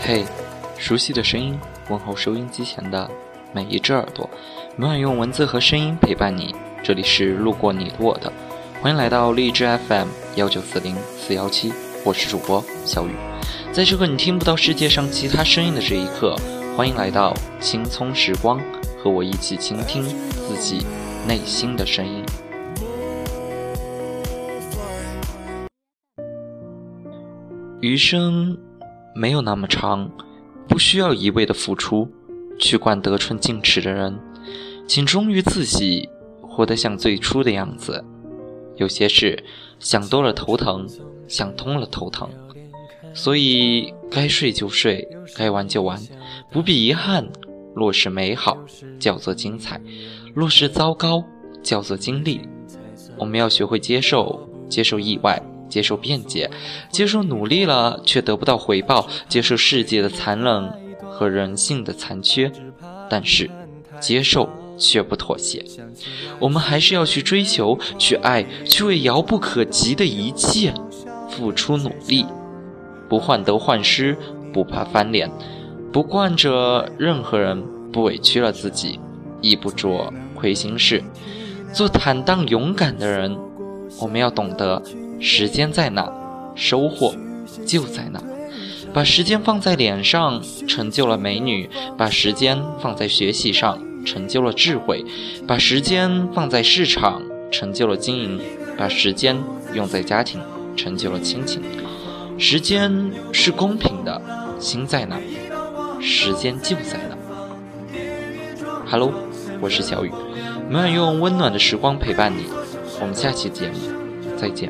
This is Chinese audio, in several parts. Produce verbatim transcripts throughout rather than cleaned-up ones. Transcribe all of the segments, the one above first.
嘿、hey, 熟悉的声音，问候收音机前的每一只耳朵，每晚用文字和声音陪伴你。这里是路过你我的，欢迎来到荔枝 F M 一九四零四一七，我是主播小雨。在这个你听不到世界上其他声音的这一刻，欢迎来到青葱时光，和我一起倾听自己内心的声音。余生没有那么长，不需要一味的付出去惯得寸进尺的人，请忠于自己，活得像最初的样子。有些事想多了头疼，想通了头疼，所以该睡就睡，该玩就玩，不必遗憾。若是美好叫做精彩，若是糟糕叫做经历。我们要学会接受，接受意外，接受辩解，接受努力了却得不到回报，接受世界的残忍和人性的残缺，但是接受却不妥协。我们还是要去追求，去爱，去为遥不可及的一切付出努力，不患得患失，不怕翻脸，不惯着任何人，不委屈了自己，亦不做亏心事，做坦荡勇敢的人。我们要懂得时间在哪，收获就在哪。把时间放在脸上，成就了美女；把时间放在学习上，成就了智慧；把时间放在市场，成就了经营；把时间用在家庭，成就了亲情。时间是公平的，心在哪，时间就在哪。Hello， 我是小雨，每晚用温暖的时光陪伴你。我们下期节目再见。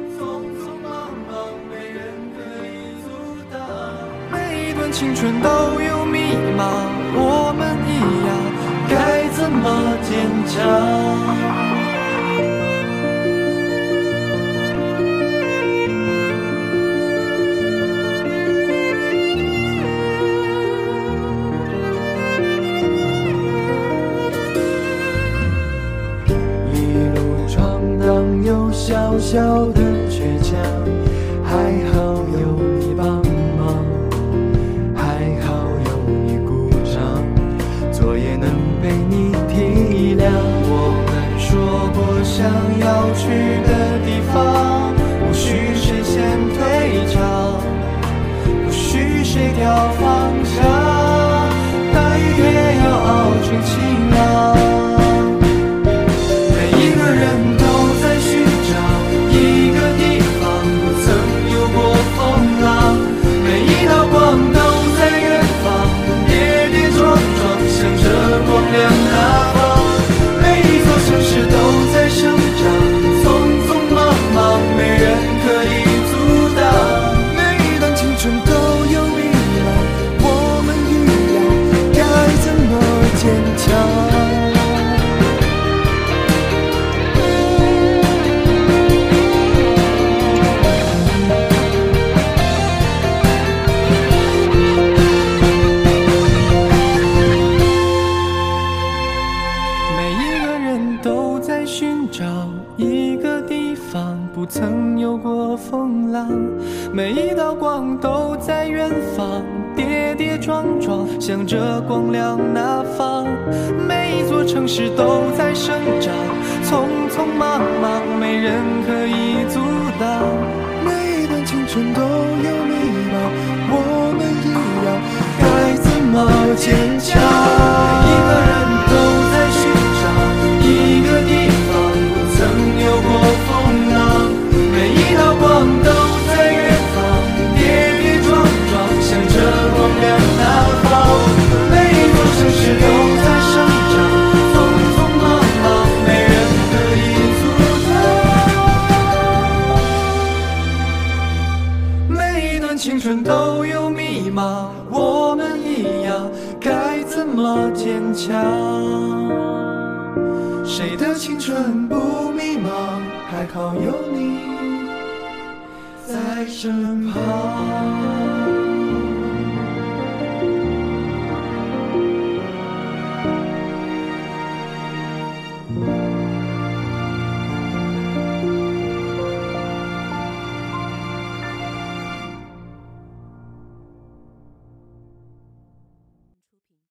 每一段青春都有密码，我们一样该怎么坚强。小小的倔强，还好有你帮忙，还好有你鼓掌，作业能被你体谅。我们说过想要去的地方，不许谁先退场，不许谁调方向，大雨也要熬成晴朗。每一个人都不曾有过风浪，每一道光都在远方，跌跌撞撞向着光亮那方。每一座城市都在生长，匆匆忙忙没人可以阻挡。每一段青春都有迷茫，我们一样该怎么坚强。每一个人都在寻找一个地方，不曾有过风浪，每一道光都在远方，跌跌撞撞向着光亮那方。每一座城市都在生长，匆匆忙忙没人可以阻挡。每一段青春都有迷茫，我们一样该怎么坚强。谁的青春不迷茫，还好有你在身旁。